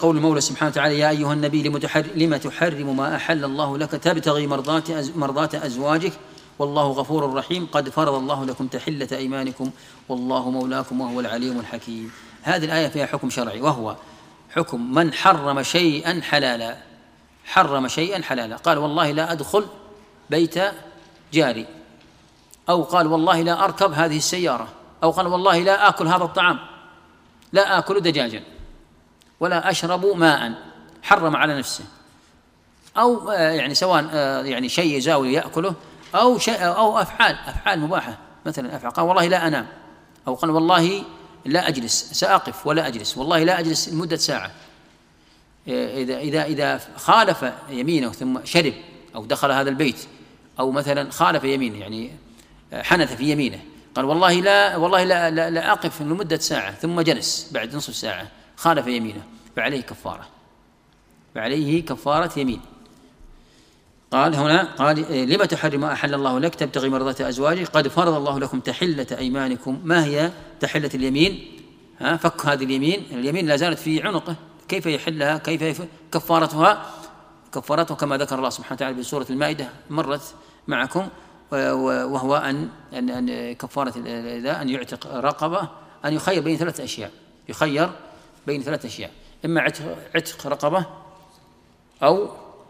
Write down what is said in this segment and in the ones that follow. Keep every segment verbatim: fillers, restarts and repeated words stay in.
قول المولى سبحانه وتعالى: يا أيها النبي لم تحرم ما أحل الله لك تبتغي مرضات أزواجك والله غفور رحيم قد فرض الله لكم تحلة أيمانكم والله مولاكم وهو العليم الحكيم. هذه الآية فيها حكم شرعي، وهو حكم من حرم شيئا حلالا. حرم شيئا حلالا، قال والله لا أدخل بيت جاري، أو قال والله لا أركب هذه السيارة، أو قال والله لا آكل هذا الطعام، لا آكل دجاجا ولا أشرب ماء، حرم على نفسه. أو يعني سواء يعني شيء يزاول يأكله أو شيء أو أفعال أفعال مباحة، مثلا أفعال قال والله لا أنام، أو قال والله لا أجلس سأقف ولا أجلس، والله لا أجلس لمدة ساعة. إذا إذا إذا خالف يمينه ثم شرب أو دخل هذا البيت، أو مثلا خالف يمينه يعني حنث في يمينه، قال والله لا والله لا لا, لا أقف لمدة ساعة، ثم جلس بعد نصف ساعة، خالف يمينه، فعليه كفارة، فعليه كفارة يمين. قال هنا قال لما تحرم ما أحل الله لك تبتغي مرضات أزواجك قد فرض الله لكم تحلة أيمانكم. ما هي تحلة اليمين؟ ها فك هذه اليمين، اليمين لا زالت في عنقه، كيف يحلها؟ كيف كفارتها؟ كفارته كما ذكر الله سبحانه وتعالى في سورة المائدة مرت معكم، وهو أن أن أن كفارة إذا أن يعتق رقبة، أن يخير بين ثلاث أشياء، يخير بين ثلاث أشياء، إما عتق رقبة أو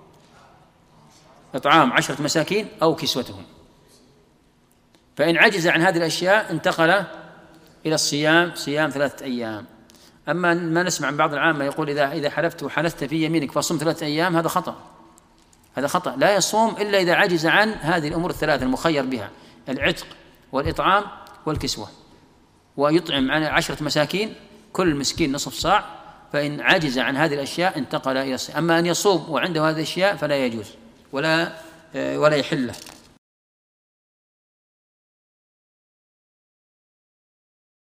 إطعام عشرة مساكين أو كسوتهم. فإن عجز عن هذه الأشياء انتقل إلى الصيام، صيام ثلاثة أيام. أما ما نسمع عن بعض العامة يقول إذا إذا حلفت وحلفت في يمينك فصم ثلاثة أيام، هذا خطأ، هذا خطأ. لا يصوم إلا إذا عجز عن هذه الأمور الثلاثة المخير بها، العتق والإطعام والكسوة، ويطعم عن عشرة مساكين كل مسكين نصف صاع. فإن عجز عن هذه الأشياء انتقل إلى الصيام. أما أن يصوم وعنده هذه الأشياء فلا يجوز ولا ولا يحله.